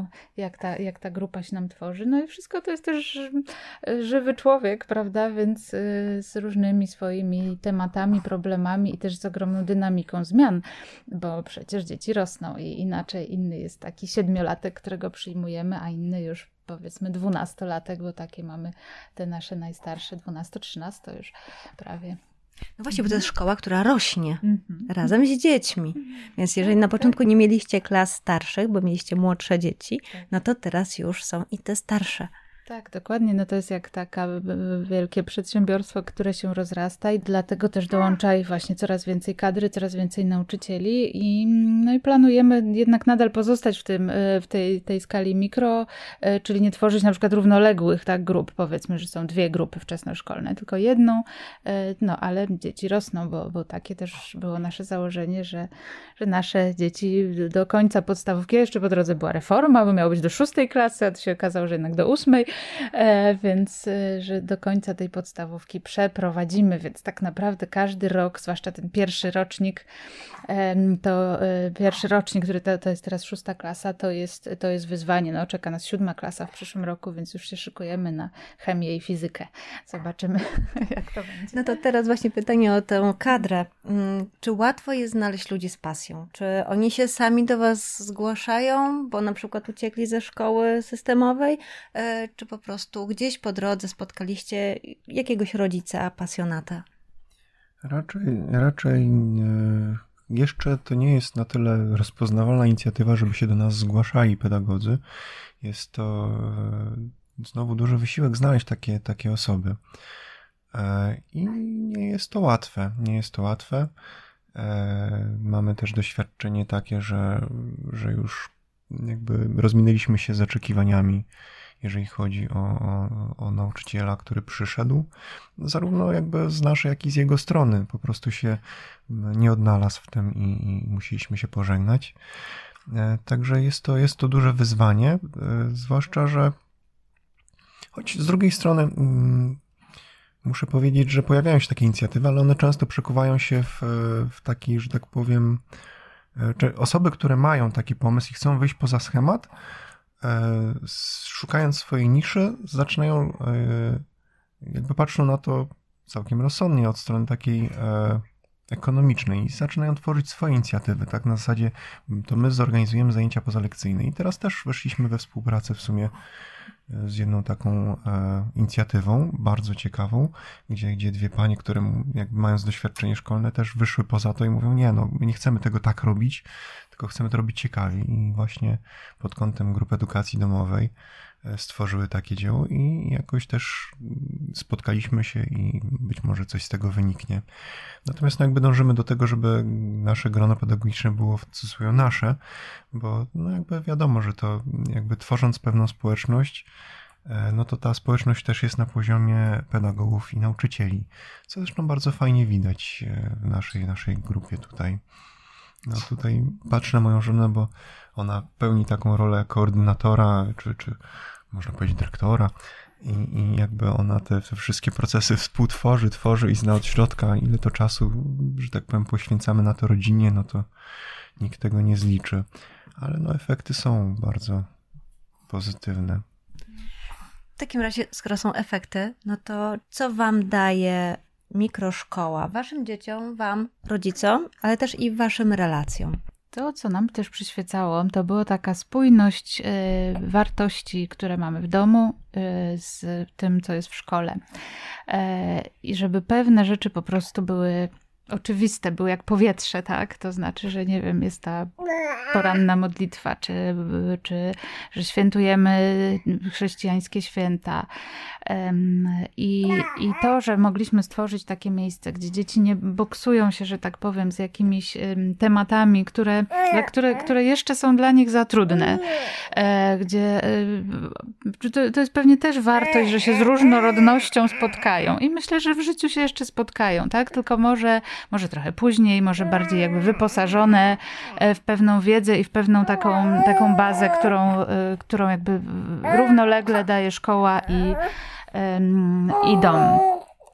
to, jak ta, jak ta grupa się nam tworzy. No i wszystko to jest też żywy człowiek, prawda, więc z różnymi swoimi tematami, problemami i też z ogromną dynamiką zmian, bo przecież dzieci rosną i inaczej inny jest taki siedmiolatek, którego przyjmujemy, a inny już powiedzmy dwunastolatek, bo takie mamy te nasze najstarsze, dwunasto trzynasto już prawie. No właśnie, bo to jest szkoła, która rośnie Mhm. razem z dziećmi. Więc jeżeli na początku nie mieliście klas starszych, bo mieliście młodsze dzieci, no to teraz już są i te starsze. Tak, dokładnie. No to jest jak taka wielkie przedsiębiorstwo, które się rozrasta i dlatego też dołącza i właśnie coraz więcej kadry, coraz więcej nauczycieli i, no i planujemy jednak nadal pozostać w, tym, w tej, tej skali mikro, czyli nie tworzyć na przykład równoległych tak, grup, powiedzmy, że są dwie grupy wczesnoszkolne, tylko jedną, no ale dzieci rosną, bo, bo takie też było nasze założenie, że, że nasze dzieci do końca podstawówki, jeszcze po drodze była reforma, bo miało być do szóstej klasy, a to się okazało, że jednak do ósmej, E, więc e, że do końca tej podstawówki przeprowadzimy, więc tak naprawdę każdy rok, zwłaszcza ten pierwszy rocznik, e, to e, pierwszy rocznik, który to, to jest teraz szósta klasa, to jest, to jest wyzwanie. No, czeka nas siódma klasa w przyszłym roku, więc już się szykujemy na chemię i fizykę. Zobaczymy, jak to będzie. No to teraz właśnie pytanie o tę kadrę. Czy łatwo jest znaleźć ludzi z pasją? Czy oni się sami do was zgłaszają, bo na przykład uciekli ze szkoły systemowej, czy po prostu gdzieś po drodze spotkaliście jakiegoś rodzica, pasjonata? Raczej, raczej jeszcze to nie jest na tyle rozpoznawalna inicjatywa, żeby się do nas zgłaszali pedagodzy. Jest to znowu duży wysiłek znaleźć takie, takie osoby. I nie jest to łatwe. Nie jest to łatwe. Mamy też doświadczenie takie, że, że już jakby rozminęliśmy się z oczekiwaniami, jeżeli chodzi o, o, o nauczyciela, który przyszedł, zarówno jakby z naszej, jak i z jego strony. Po prostu się nie odnalazł w tym i, i musieliśmy się pożegnać. Także jest to, jest to duże wyzwanie, zwłaszcza, że choć z drugiej strony mm, muszę powiedzieć, że pojawiają się takie inicjatywy, ale one często przekuwają się w, w taki, że tak powiem, czy osoby, które mają taki pomysł i chcą wyjść poza schemat, szukając swojej niszy, zaczynają, jakby patrzą na to całkiem rozsądnie od strony takiej ekonomicznej i zaczynają tworzyć swoje inicjatywy, tak na zasadzie to my zorganizujemy zajęcia pozalekcyjne i teraz też weszliśmy we współpracę w sumie z jedną taką inicjatywą, bardzo ciekawą, gdzie, gdzie dwie panie, które jakby mając doświadczenie szkolne też wyszły poza to i mówią, nie no, my nie chcemy tego tak robić, tylko chcemy to robić ciekawie i właśnie pod kątem Grup Edukacji Domowej stworzyły takie dzieło i jakoś też spotkaliśmy się i być może coś z tego wyniknie. Natomiast no jakby dążymy do tego, żeby nasze grono pedagogiczne było w cudzysłowie nasze, bo no jakby wiadomo, że to jakby tworząc pewną społeczność, no to ta społeczność też jest na poziomie pedagogów i nauczycieli, co zresztą bardzo fajnie widać w naszej, naszej grupie tutaj. No tutaj patrzę na moją żonę, bo ona pełni taką rolę koordynatora, czy, czy można powiedzieć dyrektora i, i jakby ona te, te wszystkie procesy współtworzy, tworzy i zna od środka, ile to czasu, że tak powiem, poświęcamy na to rodzinie, no to nikt tego nie zliczy. Ale no efekty są bardzo pozytywne. W takim razie, skoro są efekty, no to co wam daje mikroszkoła? Waszym dzieciom, wam, rodzicom, ale też i waszym relacjom? To, co nam też przyświecało, to była taka spójność y, wartości, które mamy w domu y, z tym, co jest w szkole. Y, I żeby pewne rzeczy po prostu były oczywiste, były jak powietrze, tak? To znaczy, że nie wiem, jest ta poranna modlitwa, czy, czy że świętujemy chrześcijańskie święta. I, I to, że mogliśmy stworzyć takie miejsce, gdzie dzieci nie boksują się, że tak powiem, z jakimiś tematami, które, które, które jeszcze są dla nich za trudne. Gdzie to, to jest pewnie też wartość, że się z różnorodnością spotkają. I myślę, że w życiu się jeszcze spotkają, tak? Tylko może, może trochę później, może bardziej jakby wyposażone w pewną wiedzę i w pewną taką, taką bazę, którą, którą jakby równolegle daje szkoła i, i dom.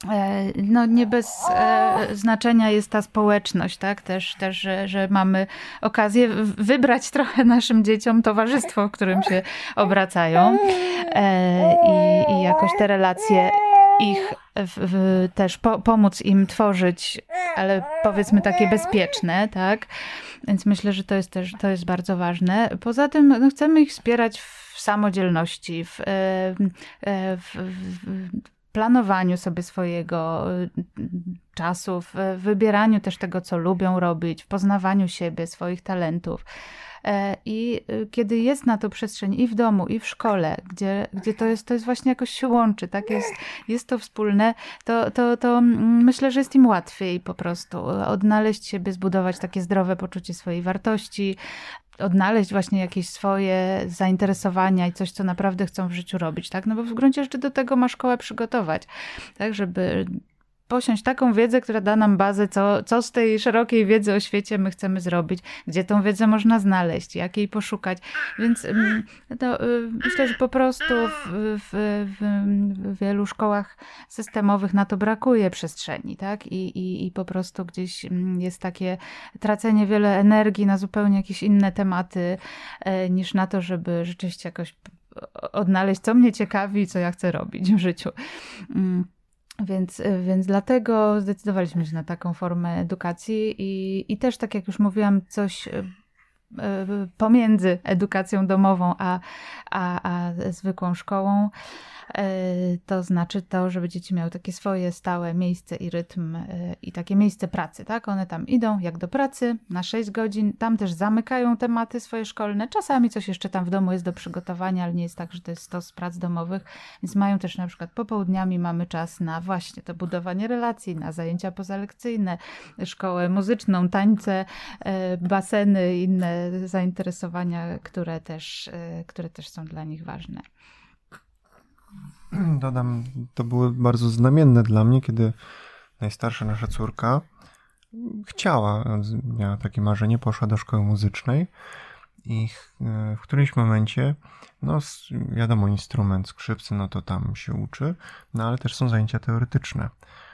no nie bez e, znaczenia jest ta społeczność, tak? Też, też że, że mamy okazję wybrać trochę naszym dzieciom towarzystwo, w którym się obracają e, i, i jakoś te relacje ich w, w, też po, pomóc im tworzyć, ale powiedzmy takie bezpieczne, tak? Więc myślę, że to jest też to jest bardzo ważne. Poza tym no, chcemy ich wspierać w samodzielności, w, w, w planowaniu sobie swojego czasu, w wybieraniu też tego, co lubią robić, w poznawaniu siebie, swoich talentów. I kiedy jest na to przestrzeń i w domu, i w szkole, gdzie, gdzie to jest, to jest właśnie jakoś się łączy, tak? Jest, jest to wspólne, to, to, to myślę, że jest im łatwiej po prostu odnaleźć siebie, zbudować takie zdrowe poczucie swojej wartości, odnaleźć właśnie jakieś swoje zainteresowania i coś, co naprawdę chcą w życiu robić, tak? No bo w gruncie rzeczy do tego ma szkoła przygotować, tak? Żeby posiąść taką wiedzę, która da nam bazę, co, co z tej szerokiej wiedzy o świecie my chcemy zrobić, gdzie tą wiedzę można znaleźć, jak jej poszukać. Więc to, myślę, że po prostu w, w, w wielu szkołach systemowych na to brakuje przestrzeni, tak? I, i, i po prostu gdzieś jest takie tracenie wiele energii na zupełnie jakieś inne tematy, niż na to, żeby rzeczywiście jakoś odnaleźć, co mnie ciekawi, co ja chcę robić w życiu. Więc, więc dlatego zdecydowaliśmy się na taką formę edukacji i, i też, tak jak już mówiłam, coś pomiędzy edukacją domową a, a, a zwykłą szkołą. To znaczy to, żeby dzieci miały takie swoje stałe miejsce i rytm i takie miejsce pracy, tak? One tam idą jak do pracy na sześć godzin, tam też zamykają tematy swoje szkolne. Czasami coś jeszcze tam w domu jest do przygotowania, ale nie jest tak, że to jest stos prac domowych, więc mają też na przykład popołudniami mamy czas na właśnie to budowanie relacji, na zajęcia pozalekcyjne, szkołę muzyczną, tańce, baseny i inne zainteresowania, które też, które też są dla nich ważne. Dodam, to było bardzo znamienne dla mnie, kiedy najstarsza nasza córka chciała, miała takie marzenie, poszła do szkoły muzycznej i w którymś momencie, no wiadomo, instrument, skrzypce, no to tam się uczy, no ale też są zajęcia teoretyczne.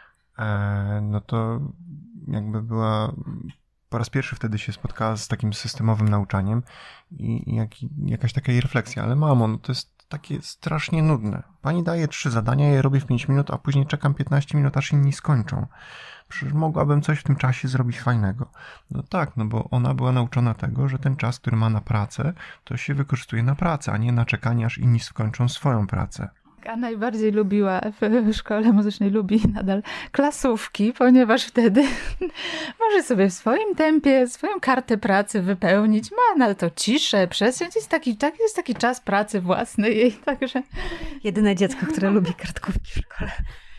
No to jakby była, po raz pierwszy wtedy się spotkała z takim systemowym nauczaniem i jak, jakaś taka jej refleksja, ale mamo, no to jest takie strasznie nudne. Pani daje trzy zadania, ja je robię w pięć minut, a później czekam piętnaście minut, aż inni skończą. Przecież mogłabym coś w tym czasie zrobić fajnego. No tak, no bo ona była nauczona tego, że ten czas, który ma na pracę, to się wykorzystuje na pracę, a nie na czekanie, aż inni skończą swoją pracę. A najbardziej lubiła w szkole muzycznej, lubi nadal klasówki, ponieważ wtedy może sobie w swoim tempie swoją kartę pracy wypełnić, ma na to ciszę, przestrzeń, jest taki, tak, jest taki czas pracy własny jej, także... Jedyne dziecko, które lubi kartkówki w szkole.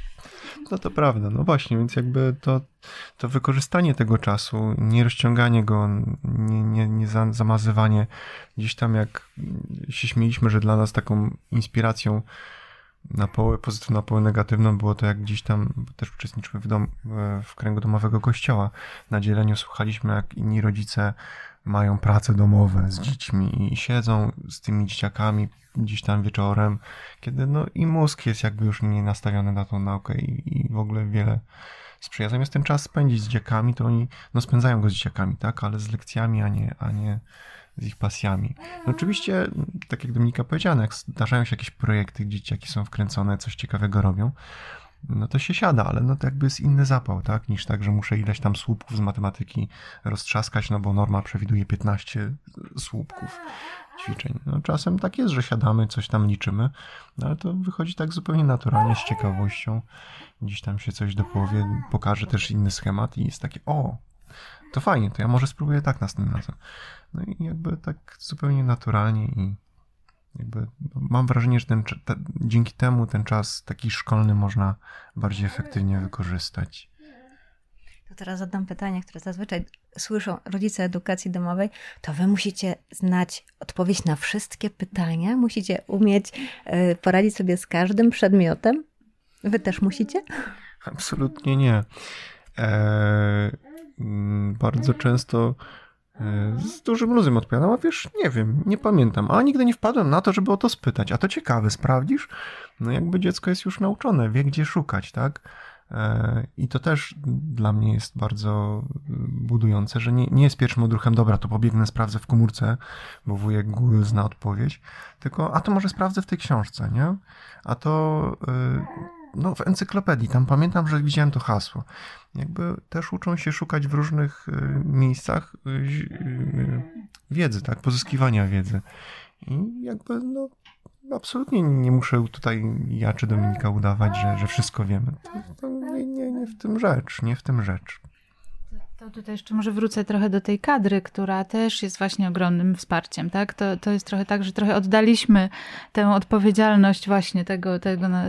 No to prawda, no właśnie, więc jakby to, to wykorzystanie tego czasu, nie rozciąganie go, nie, nie, nie zamazywanie, gdzieś tam jak się śmieliśmy, że dla nas taką inspiracją na połowę pozytywną, na połowę negatywną było to, jak gdzieś tam też uczestniczymy w, dom, w kręgu domowego kościoła. Na dzieleniu słuchaliśmy, jak inni rodzice mają prace domowe z dziećmi i siedzą z tymi dzieciakami gdzieś tam wieczorem, kiedy no i mózg jest jakby już nie nastawiony na tą naukę i, i w ogóle wiele sprzyja. Zamiast ten czas spędzić z dzieciakami, to oni no spędzają go z dzieciakami, tak, ale z lekcjami, a nie, a nie z ich pasjami. No oczywiście, tak jak Dominika powiedziała, jak zdarzają się jakieś projekty, gdzie dzieciaki są wkręcone, coś ciekawego robią, no to się siada, ale no to jakby jest inny zapał, tak, niż tak, że muszę ileś tam słupków z matematyki roztrzaskać, no bo norma przewiduje piętnaście słupków ćwiczeń. No czasem tak jest, że siadamy, coś tam liczymy, no ale to wychodzi tak zupełnie naturalnie, z ciekawością. Gdzieś tam się coś dopowie, pokaże też inny schemat i jest takie, o, to fajnie, to ja może spróbuję tak następnym razem. No i jakby tak zupełnie naturalnie i jakby mam wrażenie, że ten, te, dzięki temu ten czas taki szkolny można bardziej efektywnie wykorzystać. To teraz zadam pytanie, które zazwyczaj słyszą rodzice edukacji domowej. To wy musicie znać odpowiedź na wszystkie pytania? Musicie umieć y, poradzić sobie z każdym przedmiotem? Wy też musicie? Absolutnie nie. Eee, bardzo często z dużym luzem odpowiadam, a wiesz, nie wiem, nie pamiętam, a nigdy nie wpadłem na to, żeby o to spytać, a to ciekawe, sprawdzisz? No jakby dziecko jest już nauczone, wie gdzie szukać, tak? I to też dla mnie jest bardzo budujące, że nie, nie jest pierwszym odruchem, dobra, to pobiegnę, sprawdzę w komórce, bo wujek Google zna odpowiedź, tylko a to może sprawdzę w tej książce, nie? A to no, w encyklopedii, tam pamiętam, że widziałem to hasło. Jakby też uczą się szukać w różnych miejscach wiedzy, tak, pozyskiwania wiedzy. I jakby no absolutnie nie muszę tutaj ja czy Dominika udawać, że, że wszystko wiemy. To, to nie, nie, nie w tym rzecz, nie w tym rzecz. To tutaj jeszcze może wrócę trochę do tej kadry, która też jest właśnie ogromnym wsparciem, tak? To, to jest trochę tak, że trochę oddaliśmy tę odpowiedzialność właśnie tego, tego na,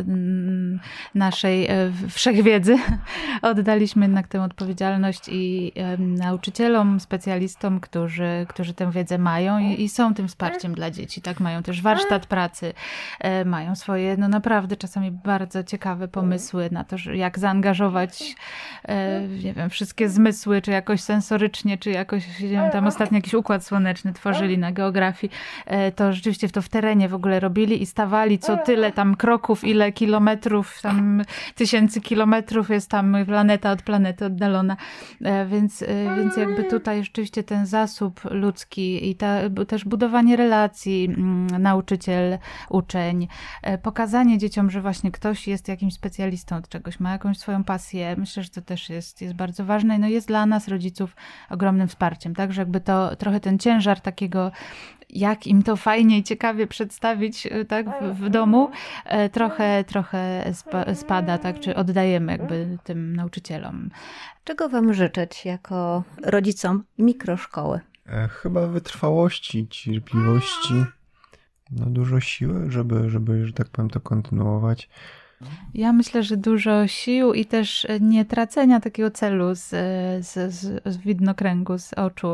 naszej wszechwiedzy. Oddaliśmy jednak tę odpowiedzialność i um, nauczycielom, specjalistom, którzy, którzy tę wiedzę mają i, i są tym wsparciem dla dzieci, tak? Mają też warsztat pracy, e, mają swoje, no naprawdę czasami bardzo ciekawe pomysły na to, że jak zaangażować, e, nie wiem, wszystkie zmysły, czy jakoś sensorycznie, czy jakoś, nie wiem, tam ostatnio jakiś układ słoneczny tworzyli na geografii, to rzeczywiście to w terenie w ogóle robili i stawali co tyle tam kroków, ile kilometrów, tam tysięcy kilometrów jest tam planeta od planety oddalona. Więc, więc jakby tutaj rzeczywiście ten zasób ludzki i ta, też budowanie relacji, nauczyciel, uczeń, pokazanie dzieciom, że właśnie ktoś jest jakimś specjalistą od czegoś, ma jakąś swoją pasję. Myślę, że to też jest, jest bardzo ważne i no jest dla nas, rodziców, ogromnym wsparciem, tak, że jakby to trochę ten ciężar takiego, jak im to fajnie i ciekawie przedstawić, tak, w, w domu, trochę, trochę spada, tak, czy oddajemy jakby tym nauczycielom. Czego wam życzyć jako rodzicom mikroszkoły? Chyba wytrwałości, cierpliwości, no dużo siły, żeby, żeby, że tak powiem, to kontynuować. Ja myślę, że dużo sił i też nie tracenia takiego celu z, z, z, z widnokręgu, z oczu,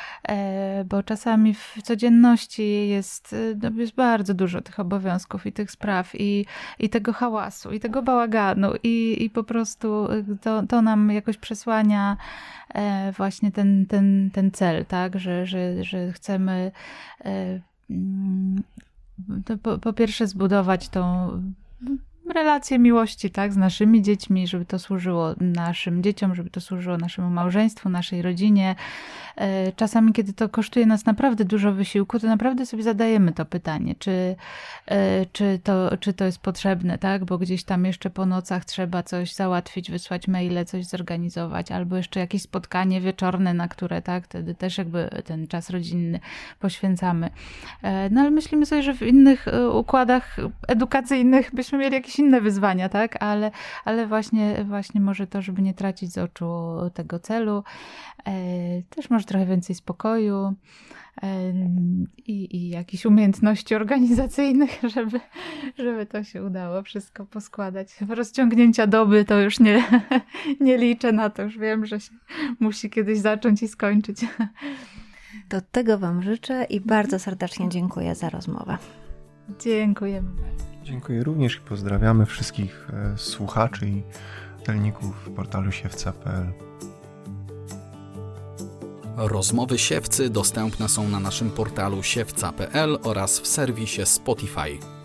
bo czasami w codzienności jest, jest bardzo dużo tych obowiązków i tych spraw i, i tego hałasu, i tego bałaganu i, i po prostu to, to nam jakoś przesłania właśnie ten, ten, ten cel, tak, że, że, że chcemy to po, po pierwsze zbudować tą relacje miłości, tak, z naszymi dziećmi, żeby to służyło naszym dzieciom, żeby to służyło naszemu małżeństwu, naszej rodzinie. Czasami, kiedy to kosztuje nas naprawdę dużo wysiłku, to naprawdę sobie zadajemy to pytanie, czy, czy, to, czy to jest potrzebne, tak, bo gdzieś tam jeszcze po nocach trzeba coś załatwić, wysłać maile, coś zorganizować, albo jeszcze jakieś spotkanie wieczorne, na które, tak, wtedy też jakby ten czas rodzinny poświęcamy. No ale myślimy sobie, że w innych układach edukacyjnych byśmy mieli jakieś inne wyzwania, tak, ale, ale właśnie, właśnie może to, żeby nie tracić z oczu tego celu, też może trochę więcej spokoju i, i jakichś umiejętności organizacyjnych, żeby, żeby to się udało wszystko poskładać. Rozciągnięcia doby to już nie, nie liczę na to, już wiem, że się musi kiedyś zacząć i skończyć. To tego wam życzę i bardzo serdecznie dziękuję za rozmowę. Dziękujemy. Dziękuję również i pozdrawiamy wszystkich słuchaczy i czytelników portalu siewca kropka pe el. Rozmowy Siewcy dostępne są na naszym portalu siewca kropka pe el oraz w serwisie Spotify.